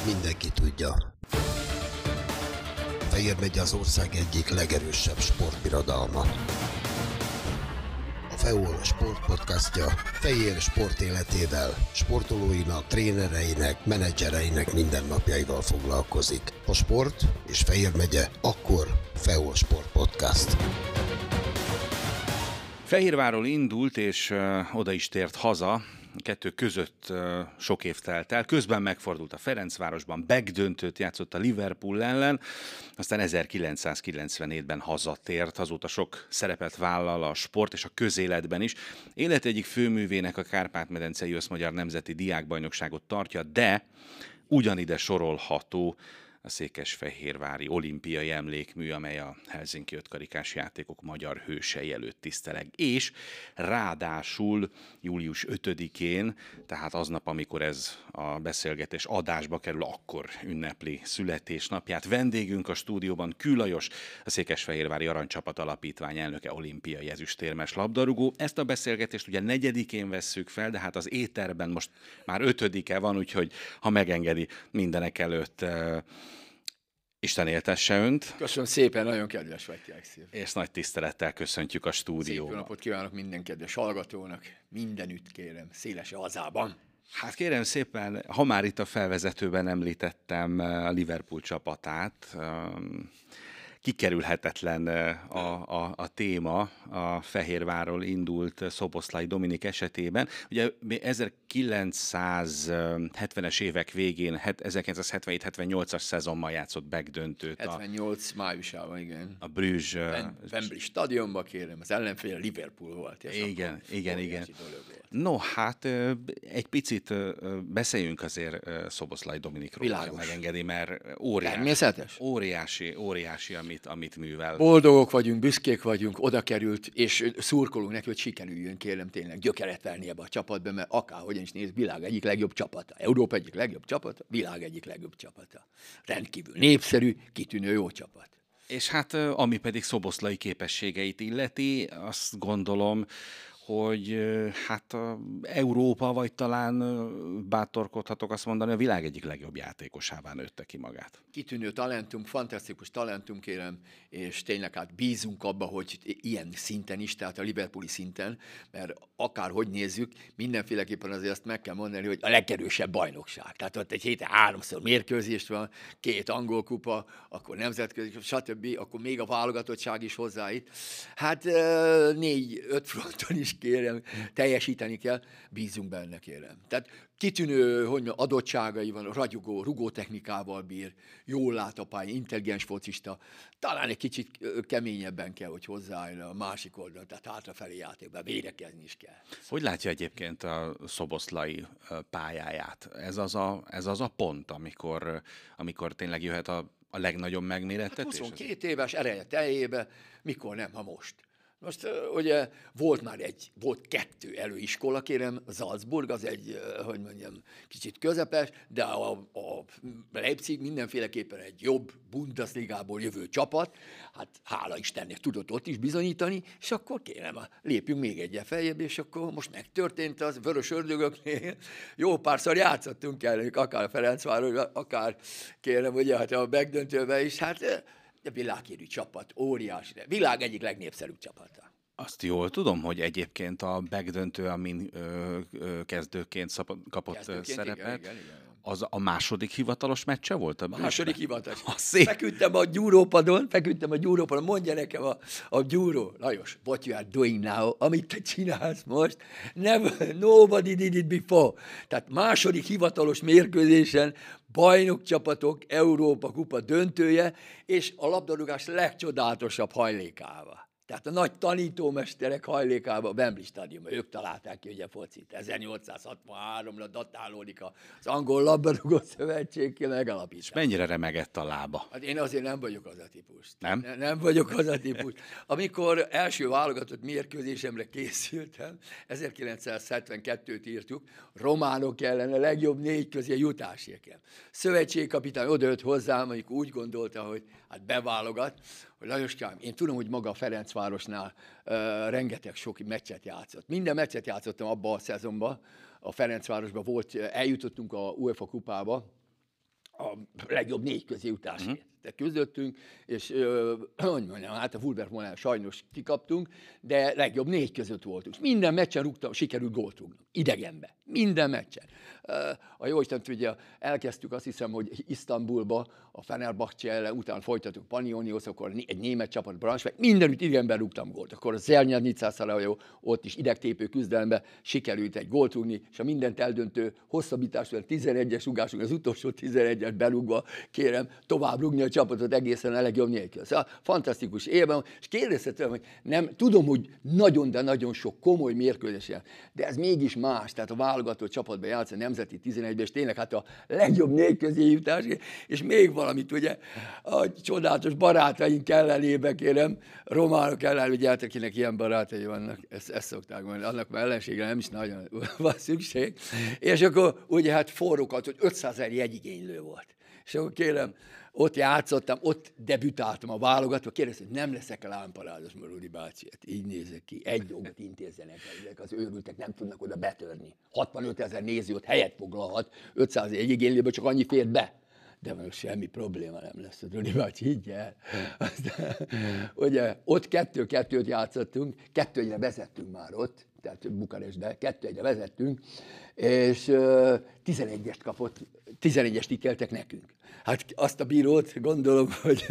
mindenki tudja. Fejér megye az ország egyik legerősebb sportbirodalma. A FEOL sportpodcastja Fejér sportéletével, sportolóinak, trénereinek, menedzsereinek mindennapjaival foglalkozik. Ha sport és Fejér megye, akkor FEOL Sport Podcast. Fehérvárról indult, és oda is tért haza. Kettő között sok év telt el. Közben megfordult a Ferencvárosban, backdöntőt játszott a Liverpool ellen, aztán 1997-ben hazatért, azóta sok szerepet vállal a sport és a közéletben is. Élet egyik főművének a Kárpát-medencei Összmagyar Nemzeti Diákbajnokságot tartja, de ugyanide sorolható a székesfehérvári olimpiai emlékmű, amely a Helsinki 5 karikás játékok magyar hősei előtt tiszteleg. És ráadásul július 5-én, tehát aznap, amikor ez a beszélgetés adásba kerül, akkor ünnepli születésnapját. Vendégünk a stúdióban Kül Lajos, a Székesfehérvári Aranycsapat Alapítvány elnöke, olimpiai ezüstérmes labdarúgó. Ezt a beszélgetést ugye 4-én vesszük fel, de hát az éterben most már 5-e van, úgyhogy ha megengedi, mindenek előtt Isten éltesse önt. Köszönöm szépen, nagyon kedves vagy, szép. És nagy tisztelettel köszöntjük a stúdióban. Szép jó napot kívánok minden kedves hallgatónak, mindenütt kérem, széles hazában. Hát kérem szépen, ha már itt a felvezetőben említettem a Liverpool csapatát, kikerülhetetlen a téma a Fehérvárról indult Szoboszlai Dominik esetében. Ugye 1970-es évek végén, 1977-78-as szezonban játszott backdöntőt. 78 májusában, igen. A Bruges... Wembley stadionban, kérem, az ellenfél Liverpool volt. Igen. No, hát egy picit beszéljünk azért Szoboszlai Dominikról, ha megengedi, mert óriási, amit művel. Boldogok vagyunk, büszkék vagyunk, oda került, és szurkolunk neki, hogy sikerüljön, kérem tényleg gyökeret venni ebbe a csapatba, mert akárhogyan is néz, világ egyik legjobb csapata, Európa egyik legjobb csapata, világ egyik legjobb csapata. Rendkívül népszerű, kitűnő jó csapat. És hát ami pedig Szoboszlai képességeit illeti, azt gondolom, hogy hát Európa, vagy talán bátorkodhatok azt mondani, a világ egyik legjobb játékosává nőtte ki magát. Kitűnő talentum, fantasztikus talentum, kérem, és tényleg hát bízunk abba, hogy ilyen szinten is, tehát a liverpooli szinten, mert akárhogy nézzük, mindenféleképpen azért azt meg kell mondani, hogy a legerősebb bajnokság. Tehát ott egy héten 3-szor mérkőzés van, 2 angol kupa, akkor nemzetközi, stb., akkor még a válogatottság is hozzáít. Hát 4-5 fronton is kérem, teljesíteni kell, bízunk benne, kérem. Tehát kitűnő adottságai van, ragyogó, rugótechnikával bír, jól lát a pályán, intelligens focista, talán egy kicsit keményebben kell, hogy hozzáálljon a másik oldalon, tehát hátrafelé játékban védekezni is kell. Hogy látja egyébként a Szoboszlai pályáját? Ez az a pont, amikor tényleg jöhet a legnagyobb megmérettetés? Hát 22 éves ereje teljébe, mikor nem, ha most. Most ugye volt 2 előiskola, kérem, Salzburg, az egy, hogy mondjam, kicsit közepes, de a Leipzig mindenféleképpen egy jobb Bundesligából jövő csapat, hát hála Istennek tudott ott is bizonyítani, és akkor kérem, lépjünk még egyel feljebb, és akkor most megtörtént az Vörös Ördögöknél, jó párszor játszottunk ellenük, akár a Ferencvárosban, akár kérem, ugye, hát a megdöntőben is, hát de világhírű csapat, óriási, világ egyik legnépszerűbb csapata. Azt jól tudom, hogy egyébként a backdöntő, amin kezdőként kapott szerepet, igen. Az a második hivatalos meccse volt? A második hivatalos. Feküdtem a gyúrópadon, mondja nekem a gyúró, Lajos, what you are doing now, amit te csinálsz most, nobody did it before. Tehát második hivatalos mérkőzésen bajnokcsapatok, Európa kupa döntője, és a labdarúgás legcsodálatosabb hajlékával. Tehát a nagy tanítómesterek hajlékában, a Wembley stadionban, ők találták ki ugye a focit. 1863-ra datálódik az angol labdarúgó szövetségkel megalapítás. És mennyire remegett a lába? Hát én azért nem vagyok az a típus. Nem? Nem vagyok az a típus. Amikor első válogatott mérkőzésemre készültem, 1972-t írtuk, románok ellen a legjobb 4 közé jutásérkem. Szövetségkapitány odajött hozzám, amikor úgy gondolta, hogy hát beválogat, hogy Lajoskám, én tudom, hogy maga a Ferencvárosnál rengeteg sok meccset játszott. Minden meccset játszottam abban a szezonban, a Ferencvárosban volt, eljutottunk a UEFA kupába, a legjobb 4 közéjutásért. Küzdöttünk, és hogy mondjam, hát a Fulbert Molnál sajnos kikaptunk, de legjobb 4 között voltunk. Minden meccsen rúgtam, sikerült gólt rúgnom. Idegenbe. Minden meccsen. A jóisten tudja, elkezdtük azt hiszem, hogy Isztambulba, a Fenerbahce ellen, utána folytattuk Panionios, akkor egy német csapat, Braunschweig, mindenütt idegenben rúgtam gólt. Akkor a Zernyadnica Szarajevó, ott is idegtépő küzdelembe sikerült egy gólt rúgni, és a mindent eldöntő hosszabbítású 11-es rúgásunk, az utolsó 11-et berúgva, kérem, tovább rúgni a csapatot egészen a legjobb nélkül. Szóval fantasztikus évben, és kérdezte tőlem, hogy nem, tudom, hogy nagyon, de nagyon sok komoly mérkőzés, de ez mégis más, tehát a válogatott csapatban játszani, nemzeti 11-ben, és tényleg hát a legjobb 4 közéjutás, és még valamit, ugye, a csodálatos barátaink ellenébe, kérem, románok ellen, ugye, akinek ilyen barátai vannak, ezt szokták mondani, annak már ellenségre nem is nagyon van szükség, és akkor ugye hát forrókat, hogy 500 000 jegyigénylő volt. És akkor kérem, ott játszottam, ott debütáltam a válogatva, kérdeztem, hogy nem leszek-e lámparádos, Rudi bácsi, hát így nézek ki, egy dolgot intézzenek, ezek az őrültek nem tudnak oda betörni. 65 000 néző ott helyet foglalhat, 500 jegyigénylőből csak annyi fér be. De most semmi probléma nem lesz, Rudi bácsi, higgyel. Aztán, ugye, ott 2-2-t játszottunk, 2-1-re vezettünk már ott, tehát Bukarestbe, 2-1-re vezettünk, és 11-est kapott, 11-est ítéltek nekünk. Hát azt a bírót gondolom, hogy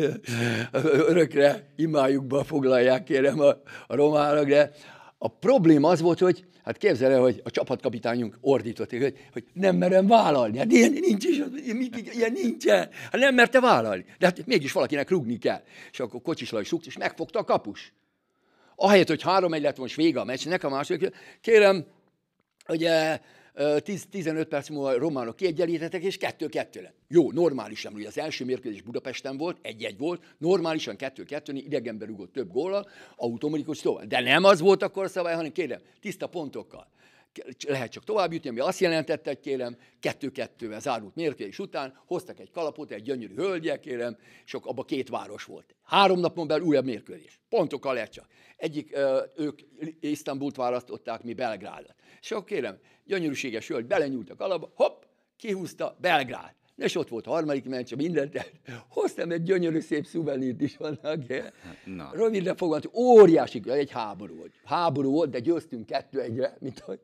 örökre imájukba foglalják, kérem, a románok, de a probléma az volt, hogy hát képzeld el, hogy a csapatkapitányunk ordított, hogy nem merem vállalni. Hát ilyen nincs is, ilyen nincsen. Hát nem merte vállalni. De hát mégis valakinek rúgni kell. És akkor Kocsis Lajos rúgt, és megfogta a kapus. Ahelyett, hogy 3-1 lett volna, és vége a meccsnek, a második, kérem, ugye 10-15 perc múlva a románok kiegyenlítettek, és 2-2 lett. Jó, normálisan, ugye az első mérkőzés Budapesten volt, 1-1 volt, normálisan 2-2, idegenben rúgott több góllal, automatikus tovább. De nem az volt akkor a szabály, hanem kérem, tiszta pontokkal. Lehet csak tovább jutni, ami azt jelentette, hogy kérem, 2-2-vel zárult mérkőzés után hoztak egy kalapot, egy gyönyörű hölgyel, kérem, és akkor abban 2 város volt. 3 napon belül újabb mérkőzés. Pontokkal lehet csak. Egyik, ők Isztambult választották, mi Belgrádot. És akkor kérem, gyönyörűséges hölgy, belenyúlt a kalapba, hopp, kihúzta Belgrád. És ott volt a harmadik meccs, mindent. Hoztam egy gyönyörű szép szuvenírt is vannak. Rövidre fogva, óriási, egy háború volt. Háború volt, de győztünk 2-1-re, mint hogy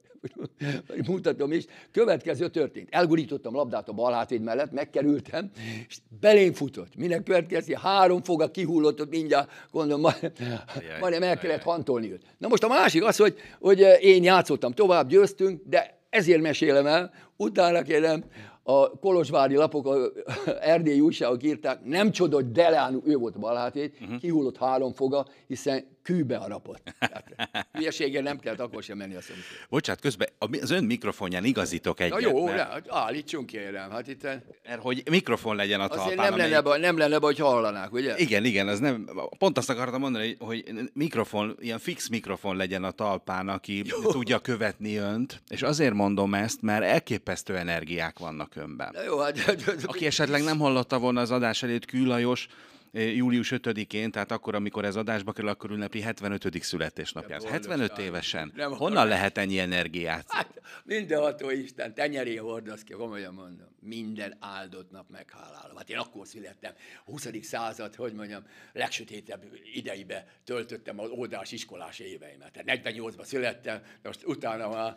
mutatom is. Következő történt. Elgurítottam labdát a bal hátvéd mellett, megkerültem, és belém futott. Minek következő? 3 foga kihullott, mindjárt gondolom, majdnem el kellett hantolni őt. Na most a másik az, hogy én játszottam tovább, győztünk, de ezért mesélem el, utána kérem, a kolozsvári lapok, a erdélyi újságok írták, nem csoda, hogy Deleanu, ő volt a balhátvéd, kihullott 3 foga, hiszen kőbe harapott. Hülyeséggel nem kellett akkor sem menni a szomszéd. Bocsánat, közben az ön mikrofonján igazítok egyet. Na jó, állítsunk kérem. Hát itt... Hogy mikrofon legyen a talpán. Azért nem lenne baj, hogy hallanak, ugye? Igen, az nem, pont azt akartam mondani, hogy mikrofon, ilyen fix mikrofon legyen a talpán, aki tudja követni önt, és azért mondom ezt, mert elképesztő energiák vannak önben. Na jó, aki esetleg nem hallotta volna az adás előtt, Kül Lajos július 5-én, tehát akkor, amikor ez adásba kerül, akkor ünnepi 75. születésnapját. 75 évesen. Honnan lehet ennyi energiát? Hát, mindenható Isten, tenyeré hordasz ki, komolyan mondom. Minden áldott nap meghálálom. Hát én akkor születtem, a 20. század, hogy mondjam, legsötétebb idejébe töltöttem az oldalás iskolás éveimet. Tehát 48-ban születtem, most utána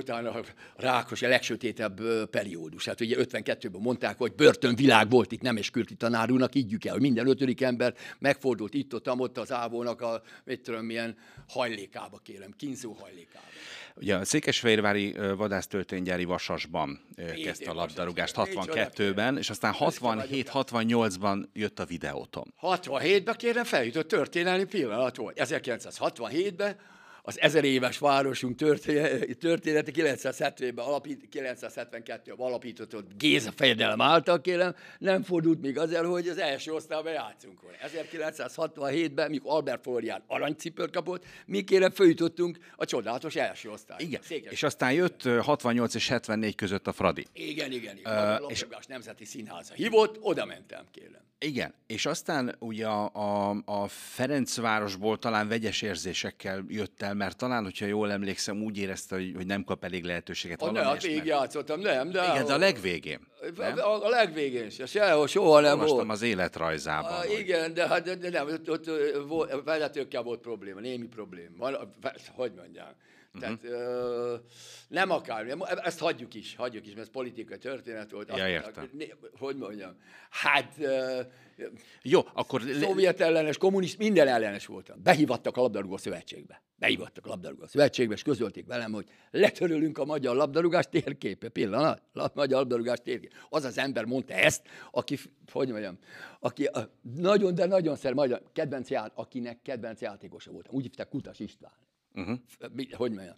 a Rákos a legsötétebb periódus. Hát ugye 52-ben mondták, hogy börtönvilág volt itt Nemeskürti tanár úrnak, így el, hogy minden 5. ember megfordult itt-ott az ávónak a, mit tudom, milyen hajlékába, kérem, kínzó hajlékába. Ugye a székesfehérvári vadásztörténnyári Vasasban kezdte a labdarúgást 62-ben, és aztán 67-68-ban jött a Videóton. 67-ben kérem feljutott történelmi pillanat volt. 1967-ben az 1000 éves városunk története 970-ben 972-ben alapított Géza fejedelem által, kérem, nem fordult még az elő, hogy az első osztályban játszunk volna. 1967-ben, mikor Albert Florián aranycipőt kapott, mi kérem följutottunk a csodálatos első osztályba. Igen, és aztán jött 68 és 74 között a Fradi. Igen. A Labdarúgás Nemzeti Színháza hívott, oda mentem, kérem. Igen, és aztán ugye a Ferencvárosból talán vegyes érzésekkel jött el, mert talán, hogyha jól emlékszem, úgy érezte, hogy nem kap elég lehetőséget. Hát végig játszottam, nem, de... Igen, de a legvégén. A legvégén se, sehol, soha nem volt. Olvastam az életrajzában. Igen, de nem, ott vezetőkkel volt probléma, némi probléma. Hogy mondjam? Tehát nem akár, ezt hagyjuk is, mert ez politikai történet volt. Ja, értem. Hogy mondjam? Hát... Jó, akkor... Szovjet ellenes, kommunist, minden ellenes voltam. Behívattak a labdarúgó szövetségbe. És közölték velem, hogy letörölünk a magyar labdarúgás térképe. Pillanat, magyar labdarúgás térképe. Az az ember mondta ezt, aki, hogy mondjam, aki nagyon, de nagyon magyar akinek kedvenc játékosa voltam. Úgy hívták Kutas István. Hogy mondjam,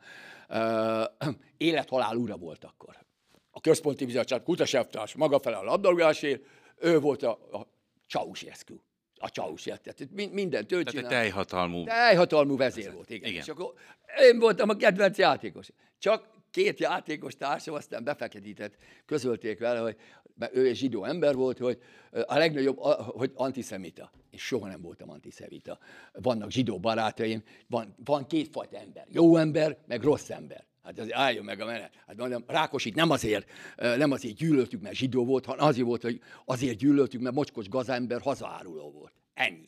élet-halál ura volt akkor. A központi bizottság Kutas elvtárs maga fele a labdarúgásért, ő volt a Ceausescu. A Ceausescu, tehát mindent ő csinál. Tehát egy teljhatalmú vezér volt, igen. És akkor én voltam a kedvenc játékos. Csak 2 játékos társam aztán befeketített, közölték vele, hogy ő egy zsidó ember volt, hogy a legnagyobb, hogy antiszemita. És soha nem voltam antiszemita. Vannak zsidó barátaim, van 2 fajta ember. Jó ember, meg rossz ember. Hát azért álljon meg a menet. Hát mondom, Rákosit nem azért gyűlöltük, mert zsidó volt, hanem azért volt, hogy azért gyűlöltük, mert mocskos gazember hazaáruló volt. Ennyi.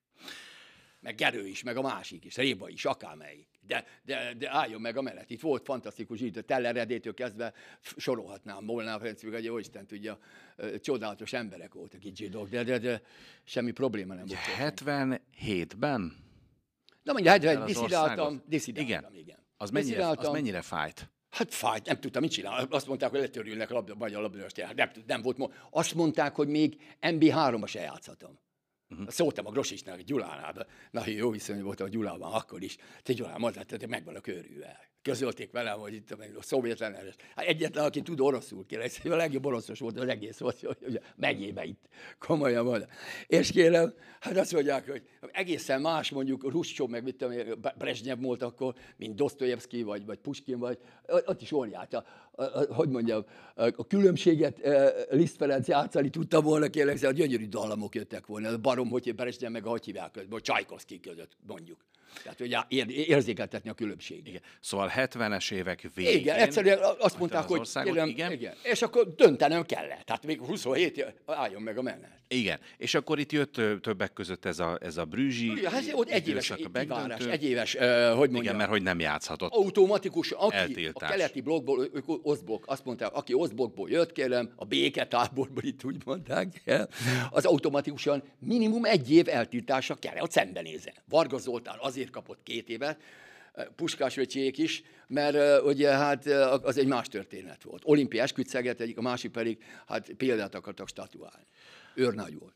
Meg Gerő is, meg a másik is, Réba is, akármelyik. De álljon meg a menet. Itt volt fantasztikus, itt a Telleredétől kezdve sorolhatnám, Molnár Ferenc, hogy jó Isten tudja, csodálatos emberek voltak itt zsidók, de semmi probléma nem volt. 77-ben? Na mondja, diszidáltam, igen. Az mennyire fájt? Hát fájt, nem tudtam, mit csinál. Azt mondták, hogy letörülnek a magyar labdarúgást. Nem volt. Azt mondták, hogy még MB3-ba se játszhatom. Szóltam a Grosisnak, Gyulánál. Na, jó viszony voltam a Gyulában akkor is. Te Gyulán, mondta, megvan a körűvel. Közölték velem, hogy itt a szovjet ellenes. Hát egyetlen, aki tud oroszul, kérlek, a legjobb oroszos volt az egész, hogy megyébe itt. Komolyan mondom. És kérem, hát azt mondják, hogy egészen más, mondjuk Ruscsov, meg mit tudom, Brezsnyev volt akkor, mint Dostoyevsky, vagy Puskin, vagy ott is óriát. Hogy mondjam, a különbséget Liszt Ferenc játszani tudta volna, kérlek, a gyönyörű dallamok jöttek volna. A barom, hogy Brezsnyev meg a hogy hívják között, Csajkovszky között, mondjuk. Tehát, hogy érzékeltetni a különbséget. Igen. Szóval 70-es évek végén... Igen, egyszerűen azt mondták, hogy kérem, igen. És akkor döntenem kellett. Tehát még 27 álljon meg a menet. Igen, és akkor itt jött többek között ez a brüzsi... Hát ott egyéves kivárás, egyéves, hogy mondjam... Igen, mert hogy nem játszhatott. Automatikus, aki eltiltás. A keleti blokkból, osztblokk, azt mondták, aki osztblokkból jött, kérem, a béketáborból itt úgy mondták, az automatikusan minimum 1 év eltiltása kell, hogy szembenézzen. Varga Zoltán azért kapott 2 évet, Puskás öcsék is, mert ugye hát az egy más történet volt. Olimpiai esküdtszeget egyik, a másik pedig hát példát akartak statuálni. Őrnagy volt.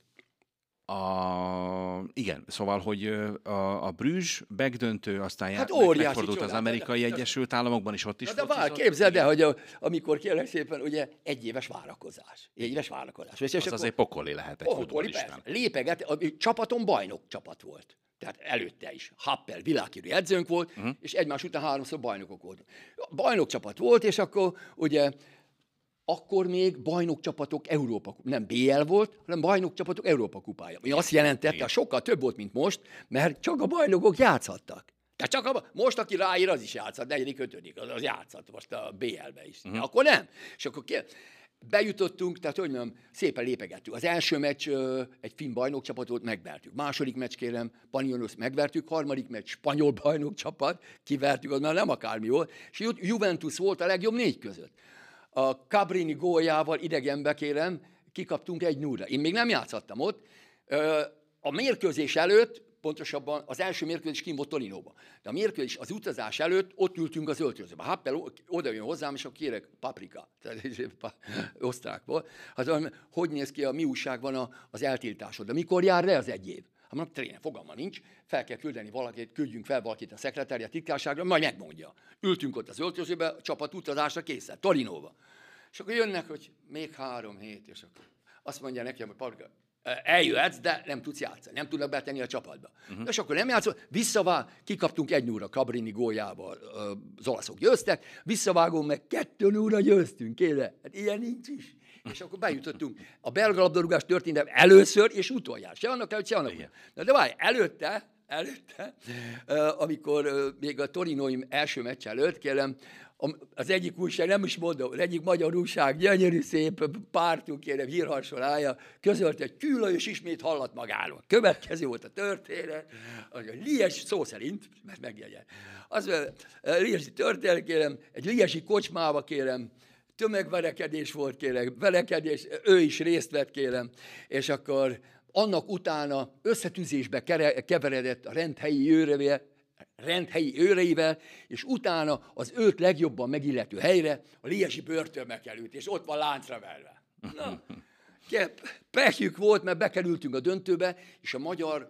Igen, szóval, hogy a Brüzs begdöntő, aztán megfordult az Amerikai Egyesült Államokban is, ott is. De képzeld el, hogy amikor kérlek szépen, ugye 1 éves várakozás. 1 éves várakozás. Az azért pokoli lehet egy futballistán. Lépeget, a csapaton bajnok csapat volt. Tehát előtte is. Happel világhírű edzőnk volt, és egymás után 3-szor bajnokok voltunk. Bajnokcsapat volt, és akkor ugye akkor még bajnokcsapatok Európa, nem BL volt, hanem bajnokcsapatok Európa kupája. Ami azt jelentette, sokkal több volt, mint most, mert csak a bajnokok játszhattak. Tehát csak most, aki ráír, az is játszhat, 4., 5., az játszhat most a BL-be is. Akkor nem. És akkor bejutottunk, tehát hogy mondjam, szépen lépegettük. Az első meccs egy finn bajnokcsapatot megvertük. Második meccs, kérem, Panionios megvertük. Harmadik meccs spanyol bajnokcsapat, kivertük, az már nem akármi volt. És Juventus volt a legjobb 4 között. A Cabrini góljával idegenbe, kérem, kikaptunk 1-0-ra. Én még nem játszottam ott. A mérkőzés előtt, pontosabban az első mérkőzés kint volt Torinóba. De a mérkőzés, az utazás előtt ott ültünk az öltözőbe. Happel oda jön hozzám, és akkor kérek paprika, osztrák volt. Hát, hogy néz ki, a mi újság van az eltiltásod? De mikor jár le az 1 év? Hát mondom, tréner, fogalma nincs, fel kell küldeni valakit, küldjünk fel valakit a szekretária titkárságra, majd megmondja. Ültünk ott az öltözőbe, a csapat utazásra készen, Torinóba. És akkor jönnek, hogy még 3 hét, és akkor azt mondja nekem, hogy paprika, eljöhetsz, de nem tudsz játszani, nem tudnak betenni a csapatba. És akkor nem játszol, kikaptunk 1-0 Cabrini góljával, az olaszok győztek, visszavágom, meg 2-0 győztünk, kérlek. Hát ilyen nincs is. És akkor bejutottunk. A belga labdarúgás történet először és utoljára. Se annak előtt, se annak után. De várj, előtte, amikor még a torinói első meccs előtt, kérem, az egyik újság, nem is mondom, az egyik magyar újság, gyönyörű szép pártunk, kérem, hírharsolája, közölte, hogy Kül Lajos ismét hallat magáról. Következő volt a történet, a Lies, szó szerint, mert megjegye. Az liesi történet, kérem, egy liesi kocsmába, kérem, tömegverekedés volt, kérem, verekedés, ő is részt vett, kérem, és akkor annak utána összetűzésbe keveredett a rendhelyi őreivel, és utána az őt legjobban megillető helyre a liesi börtönbe került, és ott van láncra verve. Na, pehjük volt, mert bekerültünk a döntőbe, és a magyar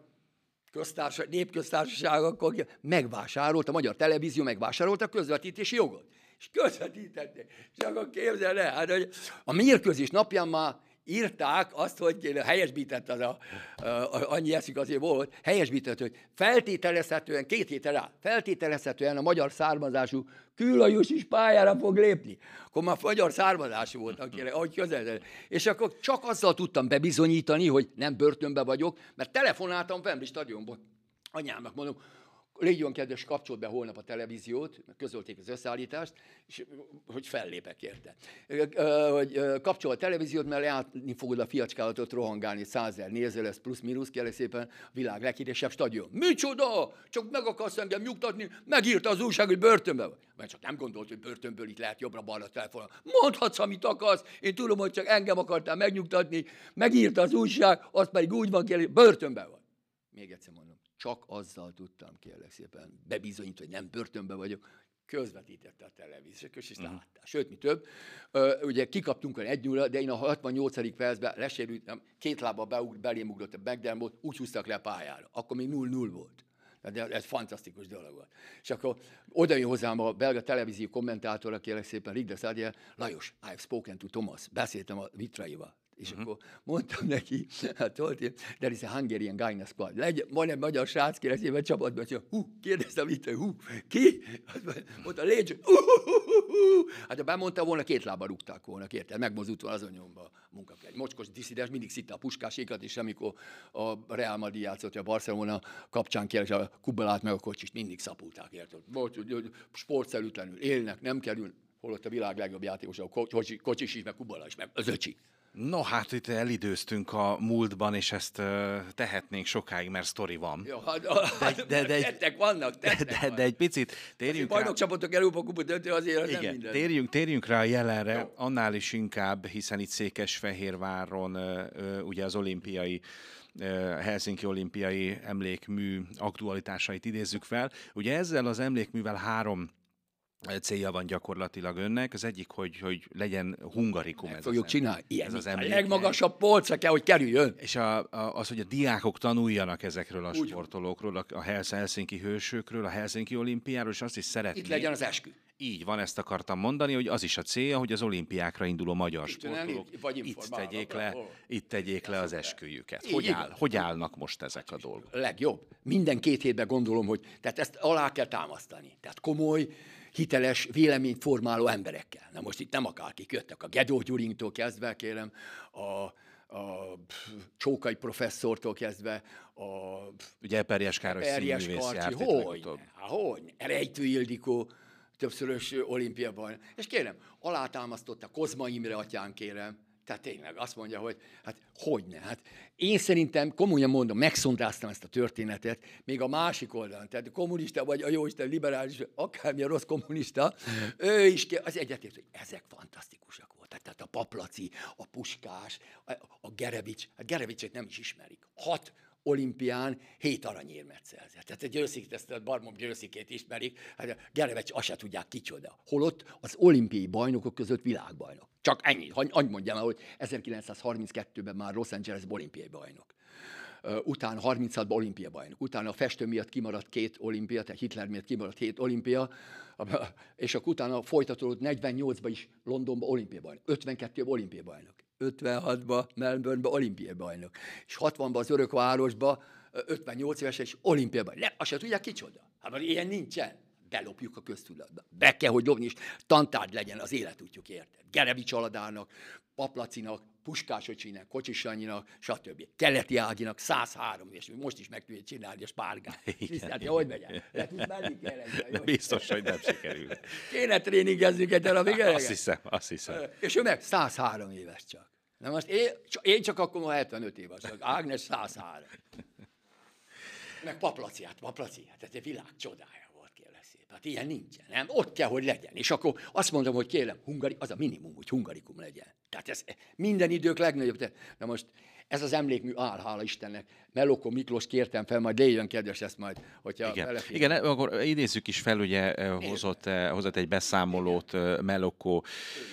népköztársaság akkor megvásárolt, a Magyar Televízió megvásárolta a közvetítési jogot. És közvetítették. És akkor képzeld el, hát, hogy a mérkőzés napján már írták azt, hogy helyesbített annyi eszük azért volt, helyesbített, hogy feltételezhetően, 2 héttel rá, feltételezhetően a magyar származású Kül Lajos is pályára fog lépni. Akkor már magyar származású voltak, ahogy közel. És akkor csak azzal tudtam bebizonyítani, hogy nem börtönbe vagyok, mert telefonáltam Wembley stadionból. Anyámnak mondom, légy kedves, kapcsolt be holnap a televíziót, közölték az összeállítást, és hogy fellépek érte. Hogy kapcsol a televíziót, mert látni fogod a fiacskálatot rohangálni, 100 000 néző lesz, plusz-minusz, kérlek szépen, a világ leghíresebb stadion. Micsoda? Csak meg akarsz engem nyugtatni, megírta az újság, hogy börtönbe vagy. Mert csak nem gondolt, hogy börtönből itt lehet jobbra-balra telefonálni. Mondhatsz, amit akarsz, én tudom, hogy csak engem akartál megnyugtatni, megírta az újság, az pedig úgy van, kérlek, börtönbe vagy. Még egyszer mondom. Csak azzal tudtam, kérlek szépen, bebizonyítani, hogy nem börtönben vagyok, közvetítette a televízió, és láttál. Sőt, mi több, ugye kikaptunk 1-0, de én a 68. percben lesérültem, 2 lábbal belém ugrott a McDermott, úgy húztak le a pályára. Akkor még 0-0 volt. De ez fantasztikus dolog volt. És akkor oda jön hozzám a belga televízió kommentátora, kérlek szépen, Rigde Szádje, Lajos, I have spoken to Thomas, beszéltem a Vitraival. És akkor mondtam neki, hát there is a Hungarian guy in the squad. Van egy magyar srác, kérlek szépen csapatban, hogy kérdeztem itt, hogy ki? Mondta, Légy, hát ha bemondta volna, 2 lábbal rúgták volna, érted? Megmozdult volna azon nyomba a munkakegy. Mocskos diszidens mindig szitta a puskásékat, és amikor a Real Madrid játszott, a Barcelona kapcsán kérlek, a Kubelát meg a kocsist mindig szapulták, érted? Volt, hogy sportszerűtlenül élnek, nem kerül, holott a világ legjobb játékos, a Kocsis is, meg Kubala is, meg az öcsi. No, hát itt elidőztünk a múltban, és ezt tehetnénk sokáig, mert sztori van. Jó, tettek vannak. De egy picit térjünk rá. Bajnokcsapatok Európa-kupa döntő azért igen, nem minden. Térjünk rá a jelenre, jó. Annál is inkább, hiszen itt Székesfehérváron ugye az Helsinki olimpiai emlékmű aktualitásait idézzük fel. Ugye ezzel az emlékművel 3 célja van gyakorlatilag önnek. Az egyik, hogy legyen hungarikum. Meg fogjuk csinálni. Ez az emlék. A legmagasabb polcra kell, hogy kerüljön. És az, hogy a diákok tanuljanak ezekről a sportolókról, a Helsinki hősökről, a Helsinki olimpiáról, és azt is szeretnék. Itt legyen az eskü. Így van, ezt akartam mondani, hogy az is a célja, hogy az olimpiákra induló magyar sportolók itt tegyék le az esküjüket. Hogy állnak most ezek a dolgok? Legjobb. Minden 2 hétben gondolom, hogy tehát ezt alá kell támasztani. Tehát komoly, hiteles, véleményt formáló emberekkel. Na most itt nem akárkik jöttek, a Gedó Gyurinktól kezdve, kérem, a Csókai professzortól kezdve, ugye Eperjes Károly színművész járt itt legutóbb. Hogy? Rejtő Ildikó, többszörös olimpiabajnok. És kérem, alátámasztotta Kozma Imre atyán, kérem. Tehát tényleg azt mondja, hogy hát hogyne. Hát én szerintem, komolyan mondom, megszondáztam ezt a történetet, még a másik oldalon, tehát kommunista vagy a jóisten liberális, akármilyen rossz kommunista, ő is az egyetért, hogy ezek fantasztikusak voltak. Tehát a Paplaci, a Puskás, a Gerevics, a Gerevicset nem is ismerik. 6 olimpián 7 aranyérmet szerzett. Tehát a Győrszikét, ezt a Barmom Győrszikét ismerik, hát a Gerevics azt se tudják kicsoda. Holott az olimpiai bajnokok között világbajnok. Csak ennyi. Annyi mondjam el, hogy 1932-ben már Los Angelesben olimpiai bajnok. Utána 36-ban olimpiai bajnok. Utána a festő miatt kimaradt 2 olimpia, tehát Hitler miatt kimaradt 7 olimpia, és akkor utána folytatódott 48-ban is Londonban olimpiai bajnok. 52-ben olimpiai bajnok. 56-ban Melbourne-ben olimpiai bajnok. És 60-ban az Örökvárosban 58 évesen is olimpiai bajnok. Azt se tudják kicsoda. Hát ilyen nincsen. Belopjuk a köztudatba. Be kell, hogy dobni, és tantárgy legyen az életútjuk, érted? Gerebi Csaladának, Paplacinak, Puskás öcsinek, Kocsis Sanyinak, stb. Keleti Áginak 103, és most is meg tudja csinálni a spárgát. Hát, hogy megyen? Le tudsz menni, kérlek? Biztos, hogy nem sikerül. Kéne tréningezzük egy darabig, Azt hiszem. És ő meg 103 éves csak. Na most én csak akkor 75 éves vagyok. Ágnes 103. Meg Paplaci, tehát egy világ csodája. Hát ilyen nincsen, nem? Ott kell, hogy legyen. És akkor azt mondom, hogy kérem, az a minimum, hogy hungarikum legyen. Tehát ez minden idők legnagyobb. Na most ez az emlékmű áll, hála Istennek. Melokó Miklós kértem fel, majd léjjön kedves ezt majd, hogyha belefér. Igen, akkor idézzük is fel, ugye hozott egy beszámolót Melokó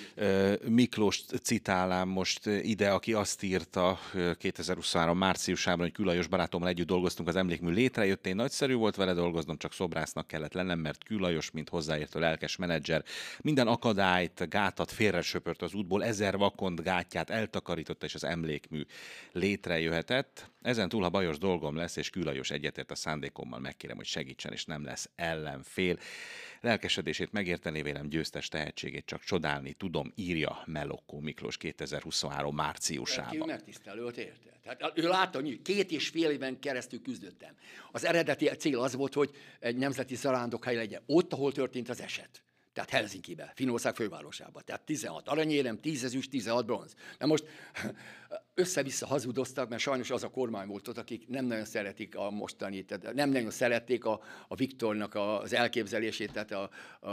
Miklós citálám most ide, aki azt írta 2023 márciusában, hogy Kül Lajos barátommal együtt dolgoztunk, az emlékmű létrejöttén. Nagyszerű volt vele dolgoznom, csak szobrásznak kellett lennem, mert Kül Lajos, mint hozzáértő lelkes menedzser, minden akadályt, gátat félresöpört az útból, 1000 vakond gátját eltakarította, és az emlékmű létrejöhetett. Ezen túl, ha bajos dolgom lesz, és Kül Lajos egyetért a szándékommal, megkérem, hogy segítsen, és nem lesz ellenfél. Lelkesedését megérteni, vélem győztes tehetségét csak csodálni tudom, írja Melokó Miklós 2023 márciusában. Megtisztelőt érte. Tehát ő látta, hogy 2,5 éven keresztül küzdöttem. Az eredeti cél az volt, hogy egy nemzeti zarándokhely legyen ott, ahol történt az eset. Tehát Helsinkibe, Finnország fővárosában. Tehát 16 aranyérem, 10 ezüst, 16 bronz. Na most össze-vissza hazudoztak, mert sajnos az a kormány volt ott, akik nem nagyon szeretik a mostani, tehát nem nagyon szerették a Viktornak az elképzelését, tehát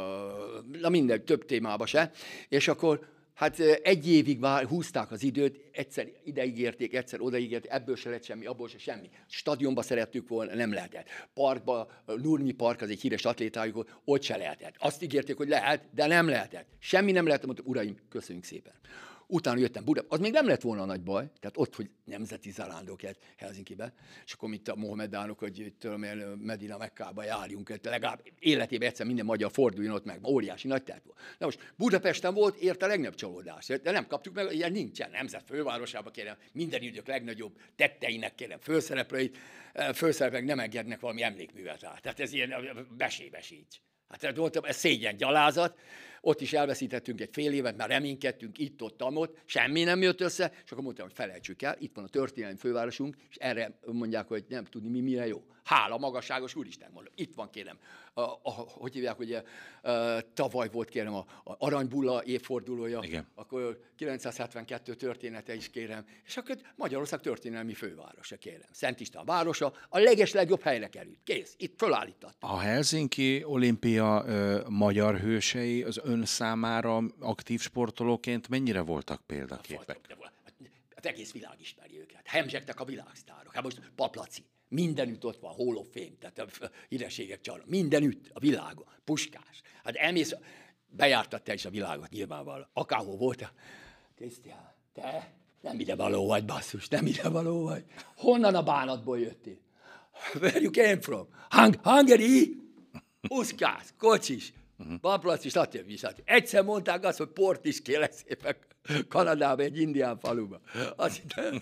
na minden, több témába se. És akkor hát egy évig húzták az időt, egyszer ideigérték, egyszer odaígérték, ebből se lett semmi, abból se semmi. Stadionba szerettük volna, nem lehetett. Parkba, Nurmi Park, az egy híres atlétájuk, ott se lehetett. Azt ígérték, hogy lehet, de nem lehetett. Semmi nem lehetett, mondtam, uraim, köszönjük szépen. Utána jöttem Budapest, az még nem lett volna nagy baj, tehát ott, hogy nemzeti zarándokért Helsinkibe, és akkor mint a Mohamedánok, hogy Medina Mekkába járjunk, legalább életében egyszer minden magyar forduljon ott meg, óriási nagy tert volt. Na most Budapesten volt, ért a legnagyobb csalódás, de nem kaptuk meg, ilyen nincsen, nemzet fővárosába kérem, minden idők legnagyobb tetteinek kérem, főszereplők nem engednek valami emlékművet rá. Tehát ez ilyen besébesíts. Hát mondtam, ez szégyen, gyalázat, ott is elveszítettünk egy fél évet, már reménykedtünk itt-ott, semmi nem jött össze, és akkor mondtam, hogy felejtsük el, itt van a történelmi fővárosunk, és erre mondják, hogy nem tudni, mire jó. Hála, magasságos úristen, mondom, itt van kérem, hogy hívják, hogy tavaly volt kérem a Aranybulla évfordulója, igen. Akkor 972 története is kérem, és akkor Magyarország történelmi fővárosa kérem. Szent István városa a legjobb helyre került. Kész, itt fölállítottam. A Helsinki olimpia magyar hősei az ön számára aktív sportolóként mennyire voltak példaképek? Az egész világ ismeri őket. Hemzsegtek a világsztárok. Hát most Paplaci. Mindenütt ott van, Hall of Fame, tehát a hírességek csarna. Mindenütt a világon. Puskás. Hát elmész, bejártad te is a világot nyilvánvalóan. Akárhol voltál. Krisztián, te nem ide való vagy, basszus, nem ide való vagy. Honnan a bánatból jöttél? Where you came from? Hungary? Puskás, Kocsis, Paplaci, stb. Egyszer mondták azt, hogy port is kérlek szépen Kanadában, egy indián faluba. Azt hittem,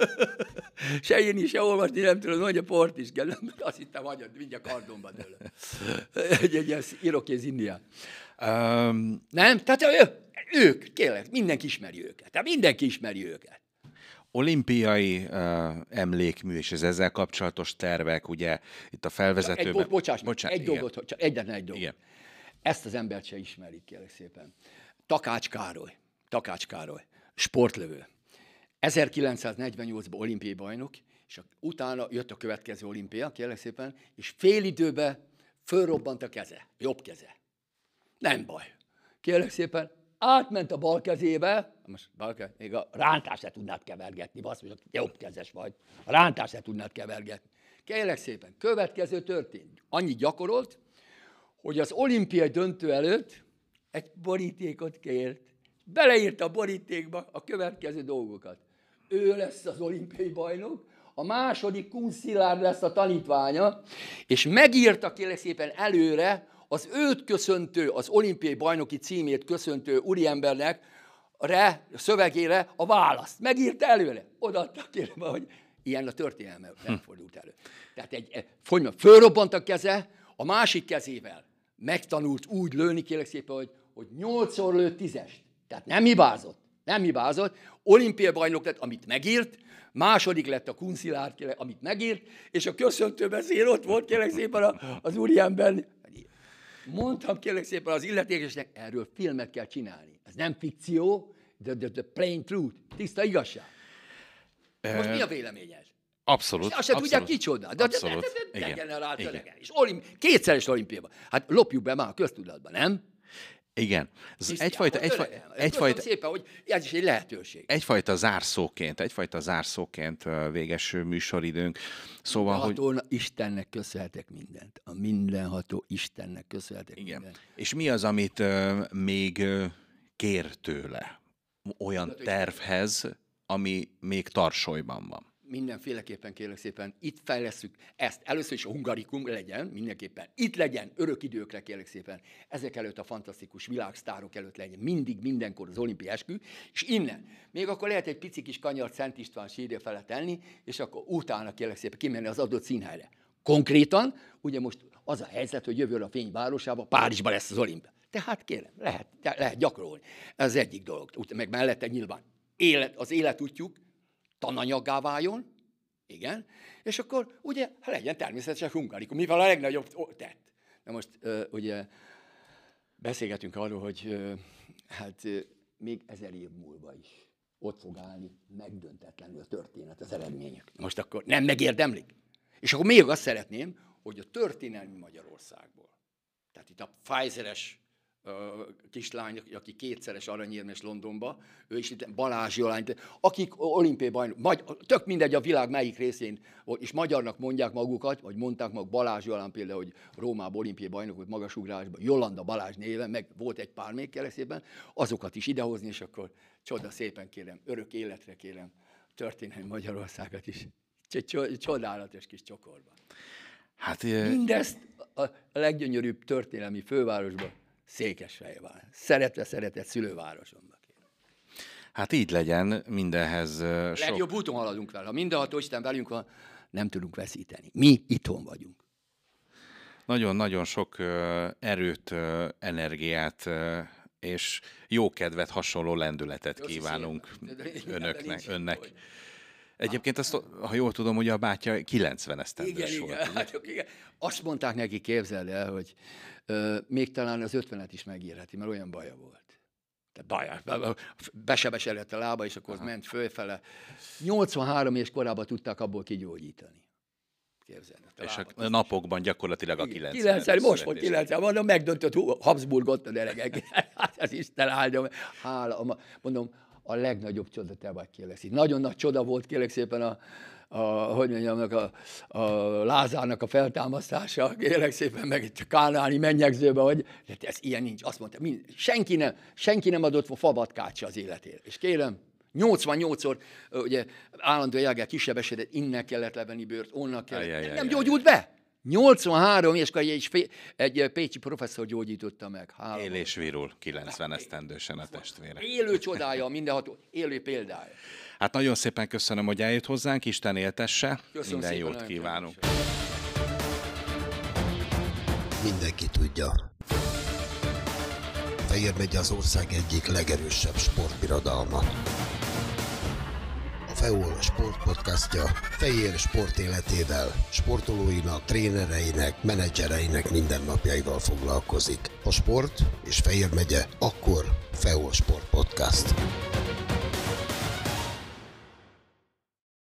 se én is, se olvasni nem tudom, hogy a port is kell. Azt hittem, hagyod, mindjárt kardomba tőle. Egy ilyen irokéz indián. Nem? Tehát ők, kérlek, mindenki ismeri őket. Tehát mindenki ismeri őket. Olimpiai emlékmű és az ezzel kapcsolatos tervek, ugye itt a felvezetőben... Bocsánat, egy dolgot, csak egyetlen egy dolgot. Igen. Ezt az embert se ismerik, kérlek szépen. Takács Károly, sportlövő. 1948-ban olimpiai bajnok, és utána jött a következő olimpia, kérlek szépen, és fél időben fölrobbant a keze, jobb keze. Nem baj. Kérlek szépen, átment a bal kezébe, most még a rántást se tudnád kevergetni, basz, hogy jobb kezes vagy. A rántást se tudnád kevergetni. Kérlek szépen, következő történt. Annyit gyakorolt, hogy az olimpiai döntő előtt egy borítékot kért. Beleírta a borítékba a következő dolgokat. Ő lesz az olimpiai bajnok, a második Kun Szilárd lesz a tanítványa, és megírta kérlek szépen előre az őt köszöntő, az olimpiai bajnoki címét köszöntő úriembernek szövegére a választ. Megírta előre. Odaadtak, kérem, hogy ilyen a történelme nem fordult elő. Tehát fölrobbant a keze, a másik kezével megtanult úgy lőni, kérlek szépen, hogy 8-szor lőtt 10-est. Tehát nem hibázott. Olimpiai bajnok lett, amit megírt, második lett a Kunszilárd, amit megírt, és a köszöntőbeszéd ott volt, kérlek szépen az úriember. Mondtam, kérlek szépen az illetékesnek, erről filmet kell csinálni. Ez nem fikció, the plain truth, tiszta igazság. Most mi a véleményed? Abszolút. Azt se tudják kicsoda. De regenerált. És kétszeres olimpiában. Hát lopjuk be már a köztudatban, nem? Igen. Ez egyfajta szépen, hogy ez is egy lehetőség. Egyfajta zárszóként véges műsoridőnk. Szóval, hogy Istennek köszönhetek mindent. A mindenható Istennek köszönhetek mindent. És mi az, amit még kér tőle? Olyan tervhez, ami még tarsolyban van. Mindenféleképpen, kérlek szépen, itt fejlesszük ezt. Először is a hungarikum legyen, mindenképpen. Itt legyen, örök időkre, kérlek szépen. Ezek előtt a fantasztikus világsztárok előtt legyen. Mindig, mindenkor az olimpiai eskü. És innen. Még akkor lehet egy pici kis kanyart Szent István sírja fele tenni, és akkor utána, kérlek szépen, kimenni az adott színhelyre. Konkrétan, ugye most az a helyzet, hogy jövőre a fényvárosában, Párizsban lesz az olimpia. Tehát kérem, lehet gyakorolni. Ez az egyik dolog. Meg mellette nyilván az életútjuk tananyaggá váljon, igen, és akkor ugye legyen természetesen hungarikum, mivel a legnagyobb tett. Na most ugye beszélgetünk arról, hogy még 1000 év múlva is ott fog állni megdöntetlenül a történet, az eredmények. Most akkor nem megérdemlik. És akkor még azt szeretném, hogy a történelmi Magyarországból, tehát itt a Pfizeres kislány, aki 2-szeres aranyérmes Londonba, ő is itt Balázs Jolány, akik olimpiai bajnok, tök mindegy a világ melyik részén, és magyarnak mondják magukat, vagy mondták maguk, Balázs Jolány például, hogy Rómában olimpiai bajnok volt magasugrásban, Jolanda Balázs néven, meg volt egy pár még keresztében, azokat is idehozni, és akkor csoda szépen kérem, örök életre kérem, történelmi Magyarországot is. Csodálatos kis csokorban. Hát, mindezt a leggyönyörűbb történelmi fővárosban, Székesfehérvár. Szeretett szülővárosomnak. Hát így legyen, mindenhez legjobb úton haladunk vele. Ha mindenható Isten velünk van, nem tudunk veszíteni. Mi itthon vagyunk. Nagyon-nagyon sok erőt, energiát és jó kedvet, hasonló lendületet kívánunk önnek. Egyébként azt, ha jól tudom, hogy a bátya 90 esztendős volt. Igen. Azt mondták neki, képzeld el, hogy még talán az 50-et is megírheti, mert olyan baja volt. Tehát baja. Besebesedett a lába, és akkor ment fölfele. 83 éves korában tudták abból kigyógyítani. Képzeld. És a napokban gyakorlatilag a 90. Most volt 90, mondom, megdöntött Habsburgot a delegek. Ez Isten áldja. Hála, mondom, a legnagyobb csoda te vagy, kérlek szépen. Nagyon nagy csoda volt, kérlek szépen a Lázárnak a feltámasztása, kérlek szépen, meg itt a kánaáni mennyegzőben, hogy ez ilyen nincs. Azt mondta, senki nem adott fabatkácsa az életére. És kérem, 88-szor ugye állandó jelgel kisebesedett, innen kellett levenni bőrt, onnan kellett. Nem gyógyult be. 83 és egy pécsi professzor gyógyította meg. Él és virul 90 esztendősen a testvére. Élő csodája, mindenható, élő példája. Hát nagyon szépen köszönöm, hogy eljött hozzánk, Isten éltesse. Köszönöm minden szépen, jót kívánunk. Mindenki tudja. Fejér megye az ország egyik legerősebb sportbirodalma. A FEOL sportpodcastja Fejér sport életével, sportolóinak, trénereinek, menedzsereinek mindennapjaival foglalkozik. A sport és Fejér megye, akkor FEOL Sport Podcast.